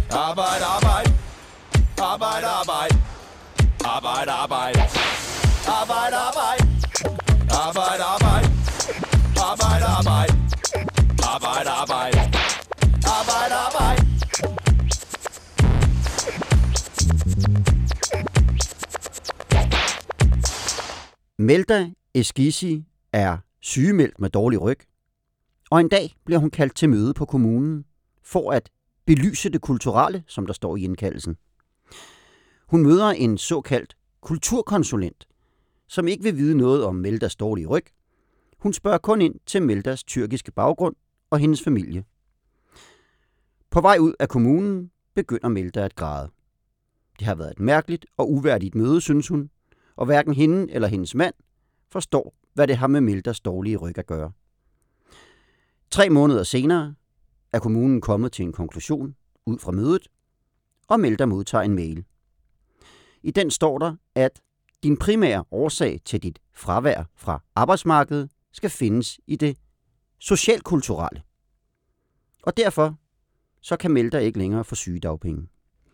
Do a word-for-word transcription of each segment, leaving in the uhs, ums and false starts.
Arbejde, arbejde. Arbejde, arbejde. Arbejde, arbejde. Arbejde, arbejde. Arbejde, arbejde. Arbejde, arbejde. Arbejde, arbejde. Arbejde, arbejde. Melda Eskisi er sygemeldt med dårlig ryg, og en dag bliver hun kaldt til møde på kommunen for at belyse det kulturelle, som der står i indkaldelsen. Hun møder en såkaldt kulturkonsulent, som ikke vil vide noget om Meldas dårlige ryg. Hun spørger kun ind til Meldas tyrkiske baggrund og hendes familie. På vej ud af kommunen begynder Melda at græde. Det har været et mærkeligt og uværdigt møde, synes hun, og hverken hende eller hendes mand forstår, hvad det har med Meldas dårlige ryg at gøre. Tre måneder senere er kommunen kommet til en konklusion ud fra mødet, og Melda modtager en mail. I den står der, at din primære årsag til dit fravær fra arbejdsmarkedet skal findes i det socialkulturelle. Og derfor så kan Melda ikke længere få sygedagpenge.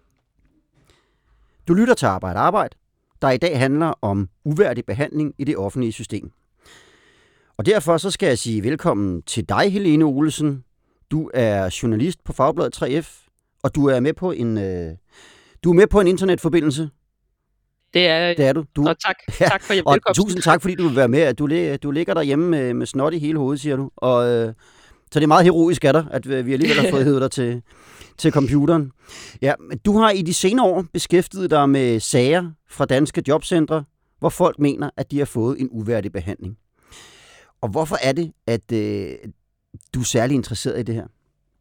Du lytter til Arbejde Arbejde, der i dag handler om uværdig behandling i det offentlige system. Og derfor så skal jeg sige velkommen til dig, Helene Olesen. Du er journalist på Fagbladet tre F, og du er med på en øh, du er med på en internetforbindelse. Det er, det er du. du. Og tak. Ja, tak for og velkomsten. Tusind tak, fordi du vil være med. Du, du ligger derhjemme med, med snot i hele hovedet, siger du. Og, øh, så det er meget heroisk af dig, at vi alligevel har fået hævet dig til, til computeren. Ja, du har i de senere år beskæftiget dig med sager fra danske jobcentre, hvor folk mener, at de har fået en uværdig behandling. Og hvorfor er det, at øh, du er særlig interesseret i det her?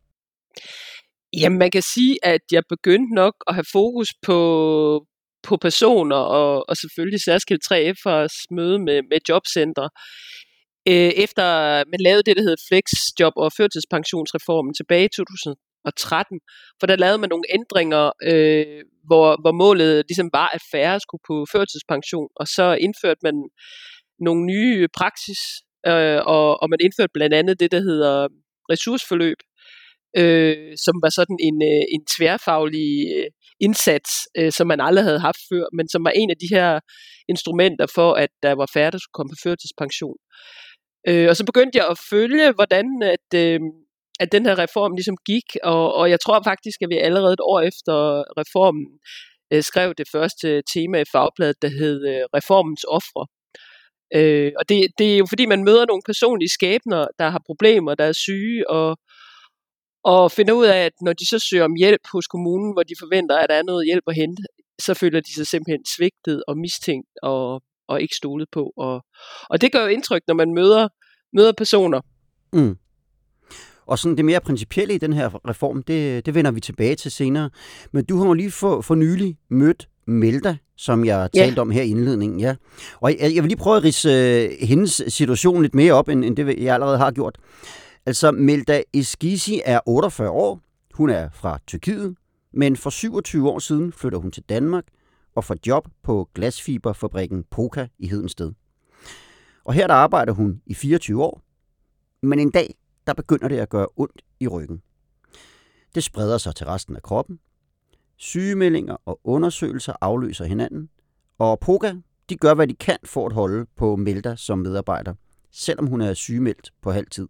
Jamen, man kan sige, at jeg begyndte nok at have fokus på, på personer, og, og selvfølgelig særskilt tre F'ers møde med, med jobcentre. Øh, efter man lavede det, der hedder flexjob- og førtidspensionsreformen tilbage i to tusind og tretten, for der lavede man nogle ændringer, øh, hvor, hvor målet ligesom var, at færre skulle på førtidspension, og så indførte man nogle nye praksis, øh, og, og man indførte blandt andet det, der hedder ressourceforløb, øh, som var sådan en, øh, en tværfaglig øh, indsats, øh, som man aldrig havde haft før, men som var en af de her instrumenter for, at der var færre, der skulle komme på førtidspension. Øh, og så begyndte jeg at følge, hvordan at, øh, at den her reform ligesom gik, og, og jeg tror faktisk, at vi allerede et år efter reformen øh, skrev det første tema i Fagbladet, der hed øh, Reformens ofre. Øh, og det, det er jo fordi, man møder nogle personlige skæbner, der har problemer, der er syge, og, og finder ud af, at når de så søger om hjælp hos kommunen, hvor de forventer, at der er noget hjælp at hente, så føler de sig simpelthen svigtet og mistænkt og, og ikke stolet på. Og, og det gør jo indtryk, når man møder, møder personer. Mm. Og sådan det mere principielle i den her reform, det, det vender vi tilbage til senere. Men du har jo lige for, for nylig mødt Melda, som jeg talte ja. om her i indledningen. Ja. Og jeg, jeg vil lige prøve at ridse uh, hendes situation lidt mere op, end, end det jeg allerede har gjort. Altså, Melda Eskisi er otteogfyrre år. Hun er fra Tyrkiet, men for syvogtyve år siden flytter hun til Danmark og får job på glasfiberfabrikken Poka i Hedensted. Og her der arbejder hun i fireogtyve år, men en dag der begynder det at gøre ondt i ryggen. Det spreder sig til resten af kroppen. Sygemeldinger og undersøgelser afløser hinanden, og Poka de gør, hvad de kan for at holde på Melda som medarbejder, selvom hun er sygemeldt på halv tid.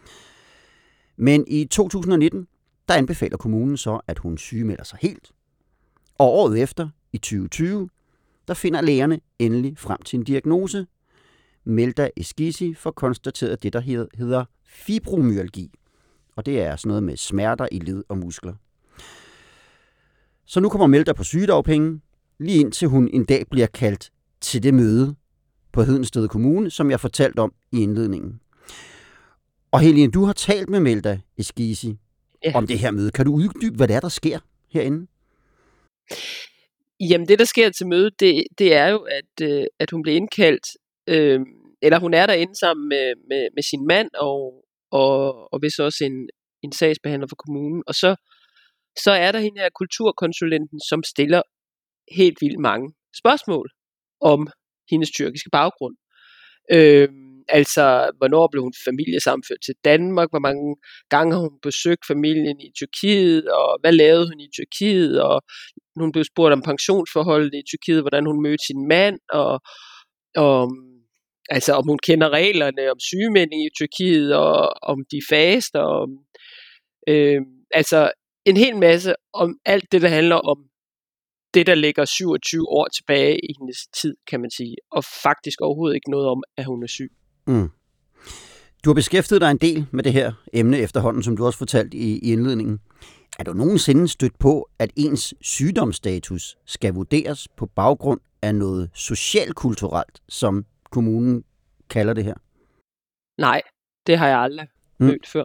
Men i to tusind og nitten, der anbefaler kommunen så, at hun sygemelder sig helt. Og året efter, i tyve tyve, der finder lægerne endelig frem til en diagnose. Melda Eskisi får konstateret det, der hedder fibromyalgi. Og det er sådan noget med smerter i led og muskler. Så nu kommer Melda på sygedagpenge, lige indtil hun en dag bliver kaldt til det møde på Hedensted Kommune, som jeg fortalte om i indledningen. Og Helene, du har talt med Melda Eskisi ja. om det her møde. Kan du uddybe, hvad det er, der sker herinde? Jamen det, der sker til mødet, det, det er jo, at, øh, at hun bliver indkaldt, øh, eller hun er derinde sammen med, med, med sin mand, og, og, og hvis også en, en sagsbehandler for kommunen. Og så, så er der hende her kulturkonsulenten, som stiller helt vildt mange spørgsmål om hendes tyrkiske baggrund. Øh, altså, hvornår blev hun familiesammenført til Danmark, hvor mange gange har hun besøgt familien i Tyrkiet, og hvad lavede hun i Tyrkiet, og hun blev spurgt om pensionsforholdet i Tyrkiet, hvordan hun mødte sin mand, og, og altså, om hun kender reglerne om sygemelding i Tyrkiet, og om de faster, og øh, altså en hel masse om alt det, der handler om det, der ligger syvogtyve år tilbage i hendes tid, kan man sige, og faktisk overhovedet ikke noget om, at hun er syg. Mm. Du har beskæftiget dig en del med det her emne efterhånden, som du også fortalt i, i indledningen. Er du nogensinde stødt på, at ens sygdomsstatus skal vurderes på baggrund af noget socialkulturelt, som kommunen kalder det her? Nej, det har jeg aldrig mm. mødt før.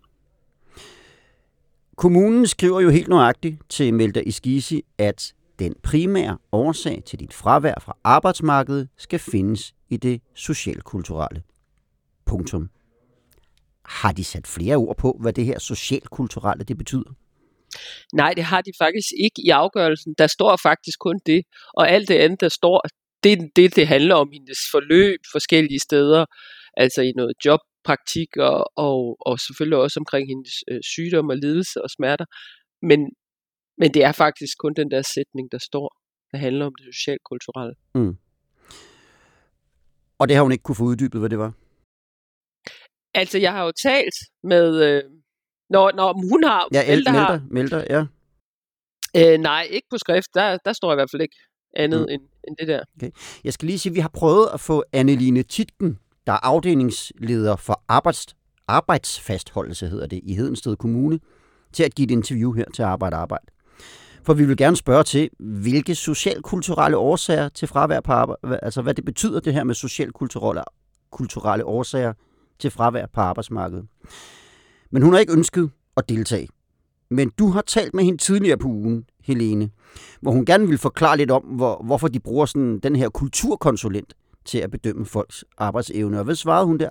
Kommunen skriver jo helt nøjagtigt til Melda Eskici, at den primære årsag til dit fravær fra arbejdsmarkedet skal findes i det socialkulturelle. Punktum. Har de sat flere ord på, hvad det her socialkulturelle det betyder? Nej, det har de faktisk ikke i afgørelsen. Der står faktisk kun det, og alt det andet, der står, det er det, det handler om hendes forløb forskellige steder, altså i noget jobpraktik, og, og, og selvfølgelig også omkring hendes øh, sygdom og lidelse og smerter. Men, men det er faktisk kun den der sætning, der står, der handler om det socialkulturelle. Mm. Og det har hun ikke kunne få uddybet, hvad det var? Altså, jeg har jo talt med... Øh, når, når hun har... Ja, Melda Melda, har, Melda, ja. Øh, nej, ikke på skrift. Der, der står i hvert fald ikke andet mm. end, end det der. Okay. Jeg skal lige sige, at vi har prøvet at få Anneline Titken, der er afdelingsleder for arbejds, arbejdsfastholdelse, hedder det, i Hedensted Kommune, til at give et interview her til Arbejde Arbejde. For vi vil gerne spørge til, hvilke socialkulturelle årsager til fravær på arbejde, altså hvad det betyder det her med socialkulturelle kulturelle årsager til fravær på arbejdsmarkedet. Men hun har ikke ønsket at deltage. Men du har talt med hende tidligere på ugen, Helene, hvor hun gerne vil forklare lidt om, hvor, hvorfor de bruger sådan den her kulturkonsulent til at bedømme folks arbejdsevne. Og hvad svarede hun der?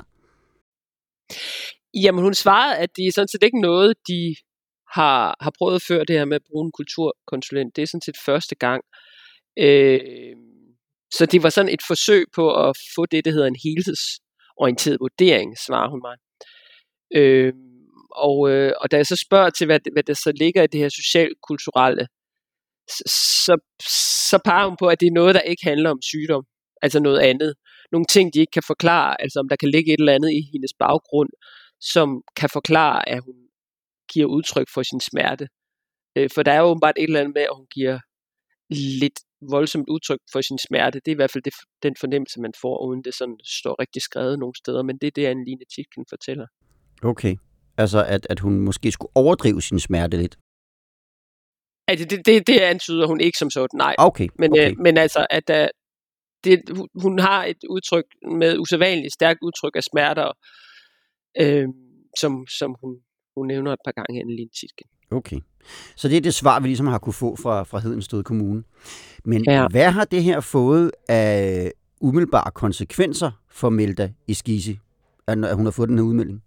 Jamen hun svarede, at det er sådan set ikke noget, de har, har prøvet før, det her med at bruge en kulturkonsulent. Det er sådan set første gang. Øh, så det var sådan et forsøg på at få det, der hedder en helhedsorienteret vurdering, svarer hun mig. Øh, og, øh, og da jeg så spørger til, hvad, hvad der så ligger i det her socialkulturelle, så, så peger hun på, at det er noget, der ikke handler om sygdom, altså noget andet. Nogle ting, de ikke kan forklare, altså om der kan ligge et eller andet i hendes baggrund, som kan forklare, at hun giver udtryk for sin smerte. Øh, for der er jo åbenbart et eller andet med, at hun giver lidt voldsomt udtryk for sin smerte. Det er i hvert fald det, den fornemmelse, man får, uden det sådan står rigtig skrevet nogle steder, men det er det, Anneline Titken fortæller. Okay, altså at, at hun måske skulle overdrive sin smerte lidt. Altså det, det, det antyder hun ikke som sådan, nej. Okay, men, okay. Øh, men altså, at der, det, hun har et udtryk med usædvanligt stærkt udtryk af smerter, øh, som, som hun, hun nævner et par gange, Anneline Titken. Okay, så det er det svar, vi ligesom har kunne få fra, fra Hedensted Kommune. Men ja. Hvad har det her fået af umiddelbare konsekvenser for Melda Eskici, at hun har fået den her udmelding?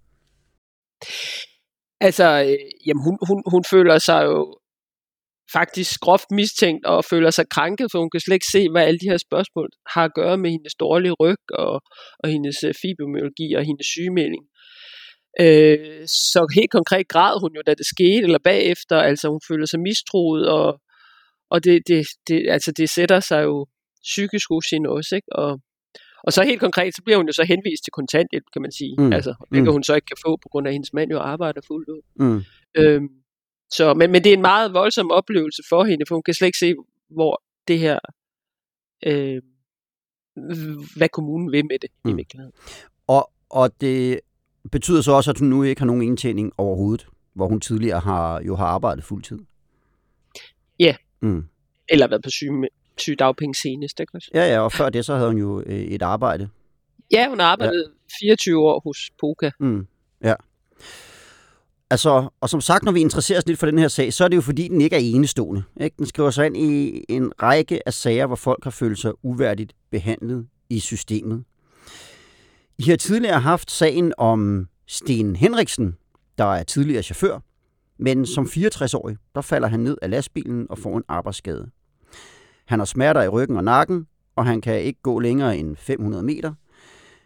Altså, øh, jamen hun, hun, hun føler sig jo faktisk groft mistænkt og føler sig krænket, for hun kan slet ikke se, hvad alle de her spørgsmål har at gøre med hendes dårlige ryg og, og hendes fibromyalgi og hendes sygemelding. Øh, så helt konkret græd hun jo, da det skete, eller bagefter, altså hun føler sig mistroet, og, og det, det, det, altså det sætter sig jo psykisk hos hende også, ikke? Og, og så helt konkret, så bliver hun jo så henvist til kontanthjælp, kan man sige, mm. altså, hvilket mm. hun så ikke kan få, på grund af, at hendes mand jo arbejder fuldt ud. Mm. Øhm, så, men, men det er en meget voldsom oplevelse for hende, for hun kan slet ikke se, hvor det her, øh, hvad kommunen vil med det mm. i virkeligheden. Og, og det betyder så også, at hun nu ikke har nogen indtjening overhovedet, hvor hun tidligere har jo har arbejdet fuldtid. Ja, mm. eller været på syge, sygedagpenge senest, ikke også? Ja, ja, og før det, så havde hun jo øh, et arbejde. Ja, hun har arbejdet ja. fireogtyve år hos Poka. Mm. Ja. Altså, og som sagt, når vi interesserer os lidt for den her sag, så er det jo fordi, den ikke er enestående. Ikke? Den skriver sig ind i en række af sager, hvor folk har følt sig uværdigt behandlet i systemet. I har tidligere haft sagen om Sten Henriksen, der er tidligere chauffør, men som fireogtres-årig, der falder han ned af lastbilen og får en arbejdsskade. Han har smerter i ryggen og nakken, og han kan ikke gå længere end fem hundrede meter.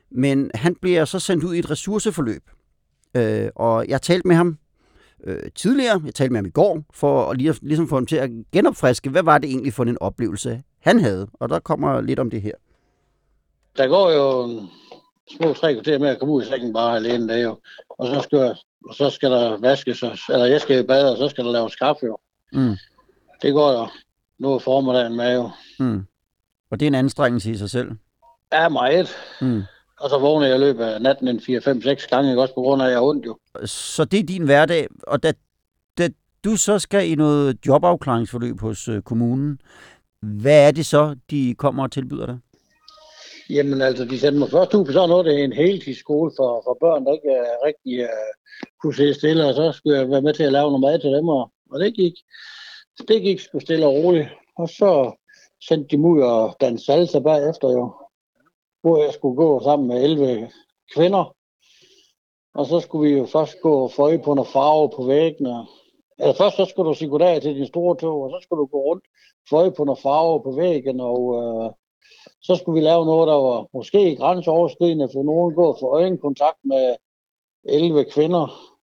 Men han bliver så sendt ud i et ressourceforløb. Øh, og jeg talte med ham øh, tidligere, jeg talte med ham i går, for at lige, ligesom få ham til at genopfriske, hvad var det egentlig for en oplevelse, han havde. Og der kommer lidt om det her. Der går jo små tre kvarter med at komme ud i sengen bare alene, det er jo. Og så skal, og så skal der vaskes, eller jeg skal i bad, og så skal der laves kaffe jo. Mm. Det går jo noget formiddagen med jo. Mm. Og det er en anstrengelse i sig selv? Ja, meget. Mm. Og så vågner jeg i løbet af natten en fire, fem, seks gange, ikke? Også på grund af, at jeg er ondt jo. Så det er din hverdag, og da, da du så skal i noget jobafklaringsforløb hos øh, kommunen, hvad er det så, de kommer og tilbyder dig? Jamen altså, de sendte mig først ud på sådan noget, det er en heltidsskole for, for børn, der ikke uh, rigtig uh, kunne se stille, og så skulle jeg være med til at lave noget mad til dem, og, og det gik, det gik sgu stille og roligt. Og så sendte de mig ud og danse salsa bagefter jo, hvor jeg skulle gå sammen med elleve kvinder. Og så skulle vi jo først gå og få øje på noget farve på væggene. Altså først så skulle du sige goddag til din store tog, og så skulle du gå rundt og få øje på noget farve på væggen, og uh, så skulle vi lave noget, der var måske grænseoverskridende, for nogen gå og få øjenkontakt med elleve kvinder.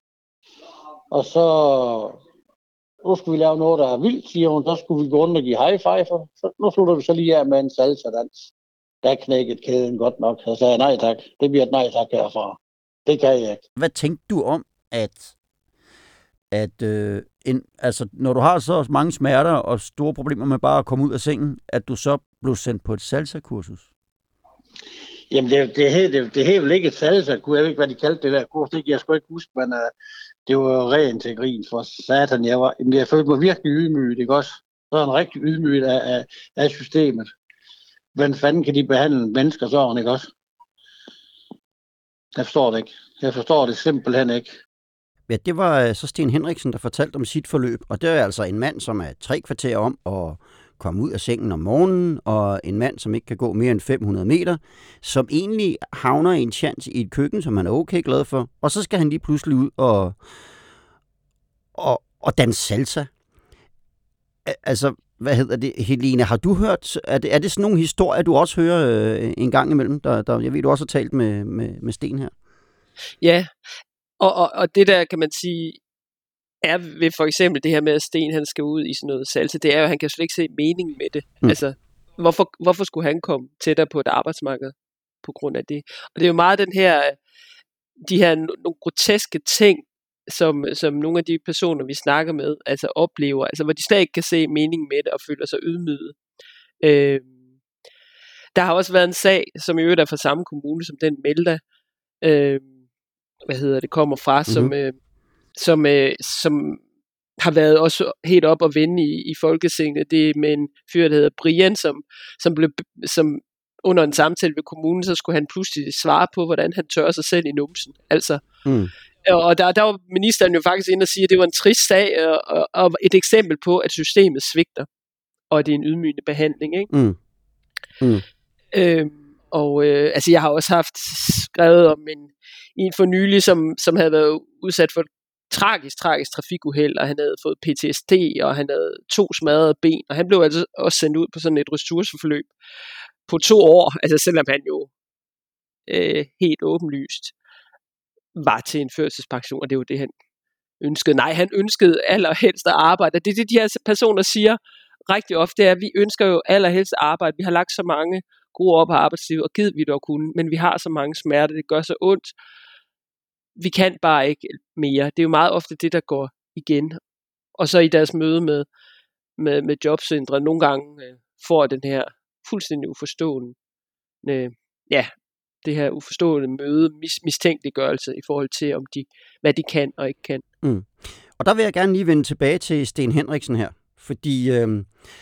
Og så nu skulle vi lave noget, der er vildt, siger hun. Så skulle vi gå rundt og give high five. Så nu slutter vi så lige af med en salsa-dans. Der knækkede kæden godt nok. Så sagde jeg nej tak. Det bliver et nej tak herfra. Det kan jeg ikke. Hvad tænkte du om, at, at øh, en, altså, når du har så mange smerter og store problemer med bare at komme ud af sengen, at du så blev sendt på et salsa-kursus? Jamen, det, det, hed, det, det hed vel ikke et salsa-kursus. Jeg ved ikke, hvad de kaldte det der kurs. Det kan jeg sgu ikke huske, men uh, det var jo rent til grin for satan. Jeg, var, jeg følte mig virkelig ydmyget, ikke også? Så en rigtig ydmyget af, af, af systemet. Hvordan fanden kan de behandle mennesker sådan, ikke også? Jeg forstår det ikke. Jeg forstår det simpelthen ikke. Ja, det var så Sten Henriksen, der fortalte om sit forløb, og det er altså en mand, som er tre kvarter om at komme ud af sengen om morgenen, og en mand, som ikke kan gå mere end fem hundrede meter, som egentlig havner i en chance i et køkken, som han er okay glad for, og så skal han lige pludselig ud og, og, og danse salsa. Altså, hvad hedder det, Helene, har du hørt, er det, er det sådan nogle historier, du også hører øh, en gang imellem? Der, der, jeg ved, du også har talt med, med, med Sten her. Ja, og, og, og det der, kan man sige, er ved for eksempel det her med, at Sten han skal ud i sådan noget salsa, det er jo, at han kan slet ikke se meningen med det. Mm. Altså, hvorfor, hvorfor skulle han komme tættere på et arbejdsmarked på grund af det? Og det er jo meget den her, de her nogle groteske ting, som, som nogle af de personer, vi snakker med, altså oplever, altså hvor de slet ikke kan se meningen med det, og føler sig ydmyget. Øh, der har også været en sag, som i øvrigt er fra samme kommune, som den Melda, øh, hvad hedder det, kommer fra, mm-hmm. som, øh, som, øh, som har været også helt op og vende i, i Folketinget. Det er med en fyr, der hedder Brian, som, som blev, som under en samtale ved kommunen, så skulle han pludselig svare på, hvordan han tørrer sig selv i numsen. Altså, mm. Og der, der var ministeren jo faktisk inde og sige, at det var en trist sag, og, og, og et eksempel på, at systemet svigter, og det er en ydmygende behandling, ikke? Mm. Mm. Øhm, og øh, altså, jeg har også haft skrevet om en, en for nylig, som, som havde været udsat for et tragisk, tragisk trafikuheld, og han havde fået P T S D, og han havde to smadrede ben, og han blev altså også sendt ud på sådan et ressourceforløb på to år, altså selvom han jo øh, helt åbenlyst var til en førtidspension, og det var det, han ønskede. Nej, han ønskede allerhelst at arbejde. Det er det, de her personer siger rigtig ofte, det er, at vi ønsker jo allerhelst at arbejde. Vi har lagt så mange gode år på arbejdslivet, og givet vi dog kunne, men vi har så mange smerter, det gør så ondt. Vi kan bare ikke mere. Det er jo meget ofte det, der går igen. Og så i deres møde med, med, med jobcentre, nogle gange øh, får den her fuldstændig uforstående, øh, ja, det her uforstående møde, mis- mistænkeliggørelse i forhold til, om de, hvad de kan og ikke kan. Mm. Og der vil jeg gerne lige vende tilbage til Sten Henriksen her, fordi øh,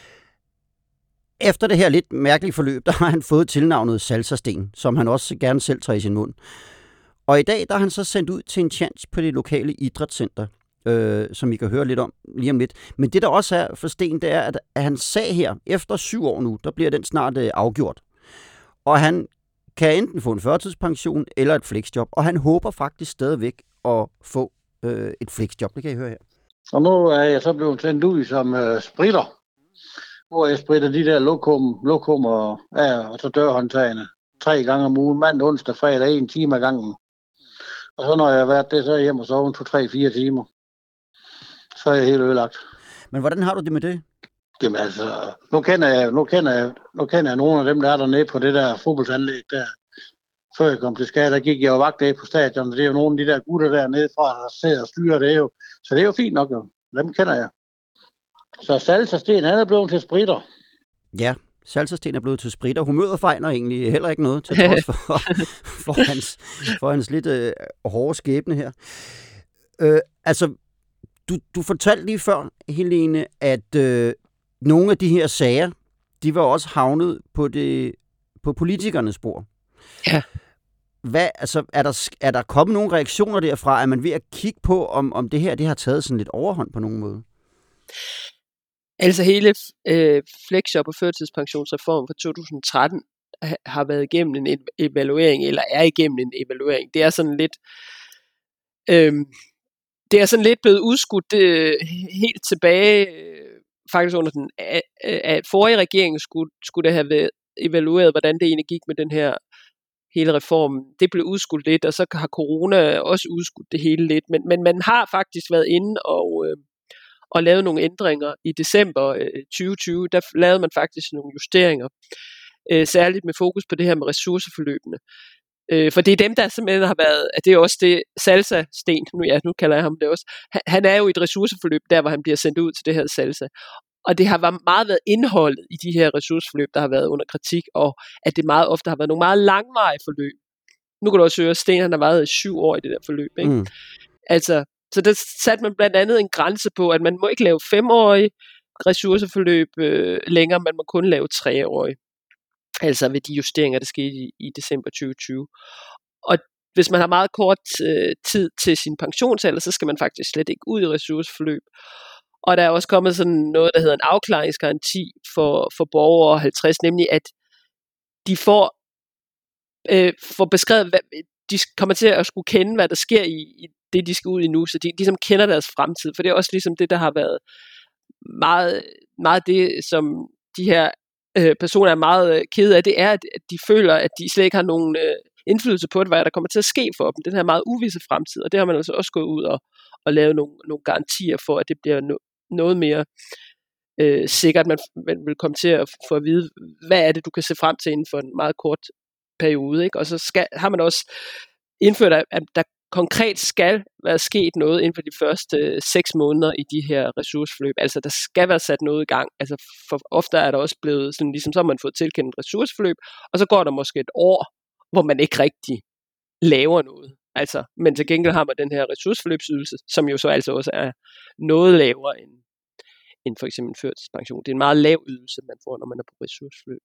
efter det her lidt mærkelige forløb, der har han fået tilnavnet Salsa-Sten, som han også gerne selv tager i sin mund. Og i dag, der er han så sendt ud til en chance på det lokale idrætscenter, øh, som I kan høre lidt om lige om lidt. Men det der også er for Sten, det er, at, at han sag her, efter syv år nu, der bliver den snart øh, afgjort. Og han kan enten få en førtidspension eller et flexjob, og han håber faktisk stadigvæk at få øh, et flexjob. Det kan I høre her. Og nu er jeg så blevet sendt ud som øh, spritter, hvor jeg spritter de der lokum, lokummer af, og så dørhåndtagene tre gange om ugen, mandag, onsdag, fredag, en time ad gangen. Og så når jeg har været det, så er jeg hjemme og sover to, tre, fire timer. Så er jeg helt ødelagt. Men hvordan har du det med det? Jamen altså, nu kender jeg, nu kender jeg, nu kender jeg nogle af dem, der er dernede på det der fodboldsanlæg der. Før jeg kom til skade, der gik jeg jo vagt af på stadion, og det er jo nogle af de der gutter dernede fra, der sidder og styrer det jo. Så det er jo fint nok jo. Dem kender jeg. Så Salsa Sten, han er blevet til spritter. Ja, Salsa Sten er blevet til spritter. Humøret fejler egentlig heller ikke noget, til trods for, for, hans, for hans lidt øh, hårde skæbne her. Øh, altså, du, du fortalte lige før, Helene, at øh, nogle af de her sager, de var også havnet på, det, på politikernes spor. Ja. Hvad, altså, er, der, er der kommet nogle reaktioner derfra? Er man ved at kigge på, om, om det her det har taget sådan lidt overhånd på nogen måde? Altså hele øh, flexjob- og førtidspensionsreformen fra to tusind og tretten har været igennem en evaluering, eller er igennem en evaluering. Det er sådan lidt, øh, det er sådan lidt blevet udskudt øh, helt tilbage, øh, faktisk under den af, af forrige regering skulle, skulle det have været evalueret, hvordan det egentlig gik med den her hele reformen. Det blev udskudt lidt, og så har corona også udskudt det hele lidt, men, men man har faktisk været inde og øh, og lavede nogle ændringer i december tyve tyve, der lavede man faktisk nogle justeringer, øh, særligt med fokus på det her med ressourceforløbene. Øh, for det er dem, der simpelthen har været, at det er også det, Salsa Sten, nu, ja, nu kalder jeg ham det også, han, han er jo i et ressourceforløb, der hvor han bliver sendt ud til det her Salsa. Og det har meget været indholdet i de her ressourceforløb, der har været under kritik, og at det meget ofte har været nogle meget langvarige forløb. Nu kan du også høre, at Sten han har været i syv år i det der forløb. Ikke? Mm. Altså, så der satte man blandt andet en grænse på, at man må ikke lave femårige ressourceforløb øh, længere, man må kun lave treårige. Altså ved de justeringer, der skete i, i december tyve tyve. Og hvis man har meget kort øh, tid til sin pensionsalder, så skal man faktisk slet ikke ud i ressourceforløb. Og der er også kommet sådan noget, der hedder en afklaringsgaranti for, for borgere over halvtreds, nemlig at de får, øh, får beskrevet, hvad, de kommer til at skulle kende, hvad der sker i, i det, de skal ud i nu, så de ligesom kender deres fremtid, for det er også ligesom det, der har været meget, meget det, som de her øh, personer er meget øh, kede af, det er, at de føler, at de slet ikke har nogen øh, indflydelse på det, hvad der kommer til at ske for dem, den her meget uvisse fremtid, og det har man altså også gået ud og, og lavet nogle, nogle garantier for, at det bliver no, noget mere øh, sikkert, man, man vil komme til at få at vide, hvad er det, du kan se frem til inden for en meget kort periode, ikke? Og så skal, har man også indført, at der konkret skal være sket noget inden for de første øh, seks måneder i de her ressourceforløb. Altså der skal være sat noget i gang. Altså for ofte er der også blevet sådan, ligesom så har man fået tilkendt et ressourceforløb, og så går der måske et år, hvor man ikke rigtig laver noget. Altså, men til gengæld har man den her ressourceforløbsydelse, som jo så altså også er noget lavere end, end for eksempel en førtidspension. Det er en meget lav ydelse, man får, når man er på ressourceforløb.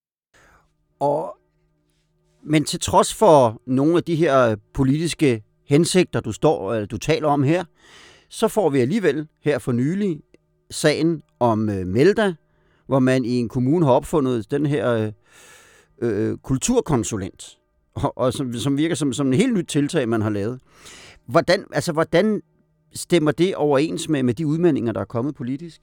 Og men til trods for nogle af de her politiske hensigter, du står, du taler om her, så får vi alligevel her for nylig sagen om øh, Melda, hvor man i en kommune har opfundet den her øh, kulturkonsulent, og, og som, som virker som, som en helt nyt tiltag, man har lavet. Hvordan, altså, hvordan stemmer det overens med, med de udmeldinger, der er kommet politisk?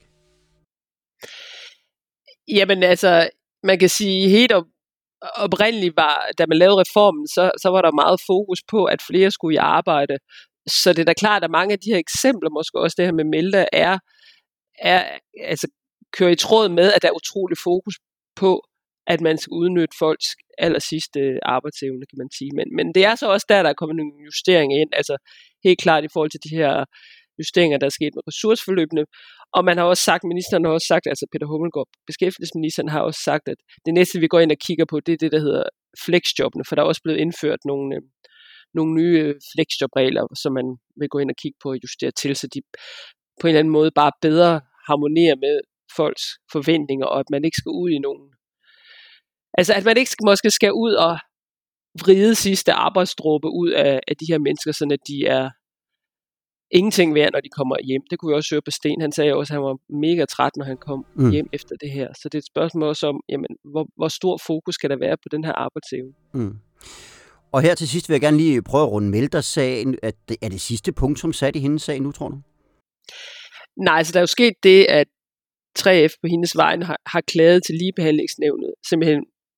Jamen altså, man kan sige helt op, oprindeligt var, da man lavede reformen, så, så var der meget fokus på, at flere skulle i arbejde. Så det er da klart, at mange af de her eksempler, måske også det her med Melda, er, er altså, kører i tråd med, at der er utrolig fokus på, at man skal udnytte folks aller sidste arbejdsevne, kan man sige. Men, men det er så også der, der er kommet nogle justeringer ind, altså helt klart i forhold til de her justeringer, der er sket med ressourceforløbene. Og man har også sagt, ministeren har også sagt, altså Peter Hummelgaard, beskæftigelsesministeren har også sagt, at det næste, vi går ind og kigger på, det er det, der hedder flexjobbene, for der er også blevet indført nogle, øh, nogle nye flexjobregler, som man vil gå ind og kigge på og justere til, så de på en eller anden måde bare bedre harmonerer med folks forventninger, og at man ikke skal ud i nogen. Altså at man ikke skal, måske skal ud og vride sidste arbejdsdråbe ud af, af de her mennesker, sådan at de er ingenting værd, når de kommer hjem. Det kunne vi også høre på Sten. Han sagde også, at han var mega træt, når han kom mm. hjem efter det her. Så det er et spørgsmål også om, jamen, hvor, hvor stor fokus skal der være på den her arbejdsevne. Mm. Og her til sidst vil jeg gerne lige prøve at runde Melda-sagen. Er det, er det sidste punktum sat i hendes sag nu, tror du? Nej, altså der er jo sket det, at tre F på hendes vejen har, har klaget til Ligebehandlingsnævnet, simpelthen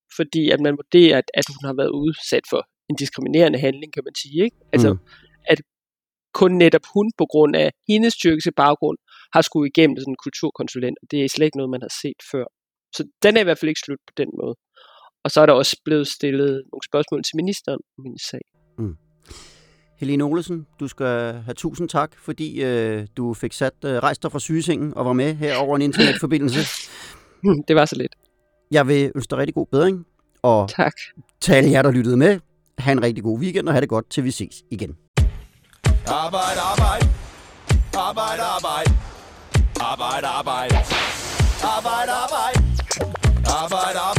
fordi at man vurderer, at, at hun har været udsat for en diskriminerende handling, kan man sige. Ikke? Altså, mm. at kun netop hun på grund af hendes tyrkiske baggrund har skulle igennem sådan en kulturkonsulent, og det er slet ikke noget, man har set før. Så den er i hvert fald ikke slut på den måde. Og så er der også blevet stillet nogle spørgsmål til ministeren om hendes sag. Mm. Helene Olesen, du skal have tusind tak, fordi øh, du fik sat øh, rejst dig fra sygesengen og var med her over en internetforbindelse. Det var så lidt. Jeg vil ønske dig rigtig god bedring, og tak. Til alle jer, der lyttede med, have en rigtig god weekend, og have det godt, til vi ses igen. Arbejde, arbejde. Arbejde, arbejde. Arbejde, arbejde. Arbejde, arbejde. Arbejde, arbejde.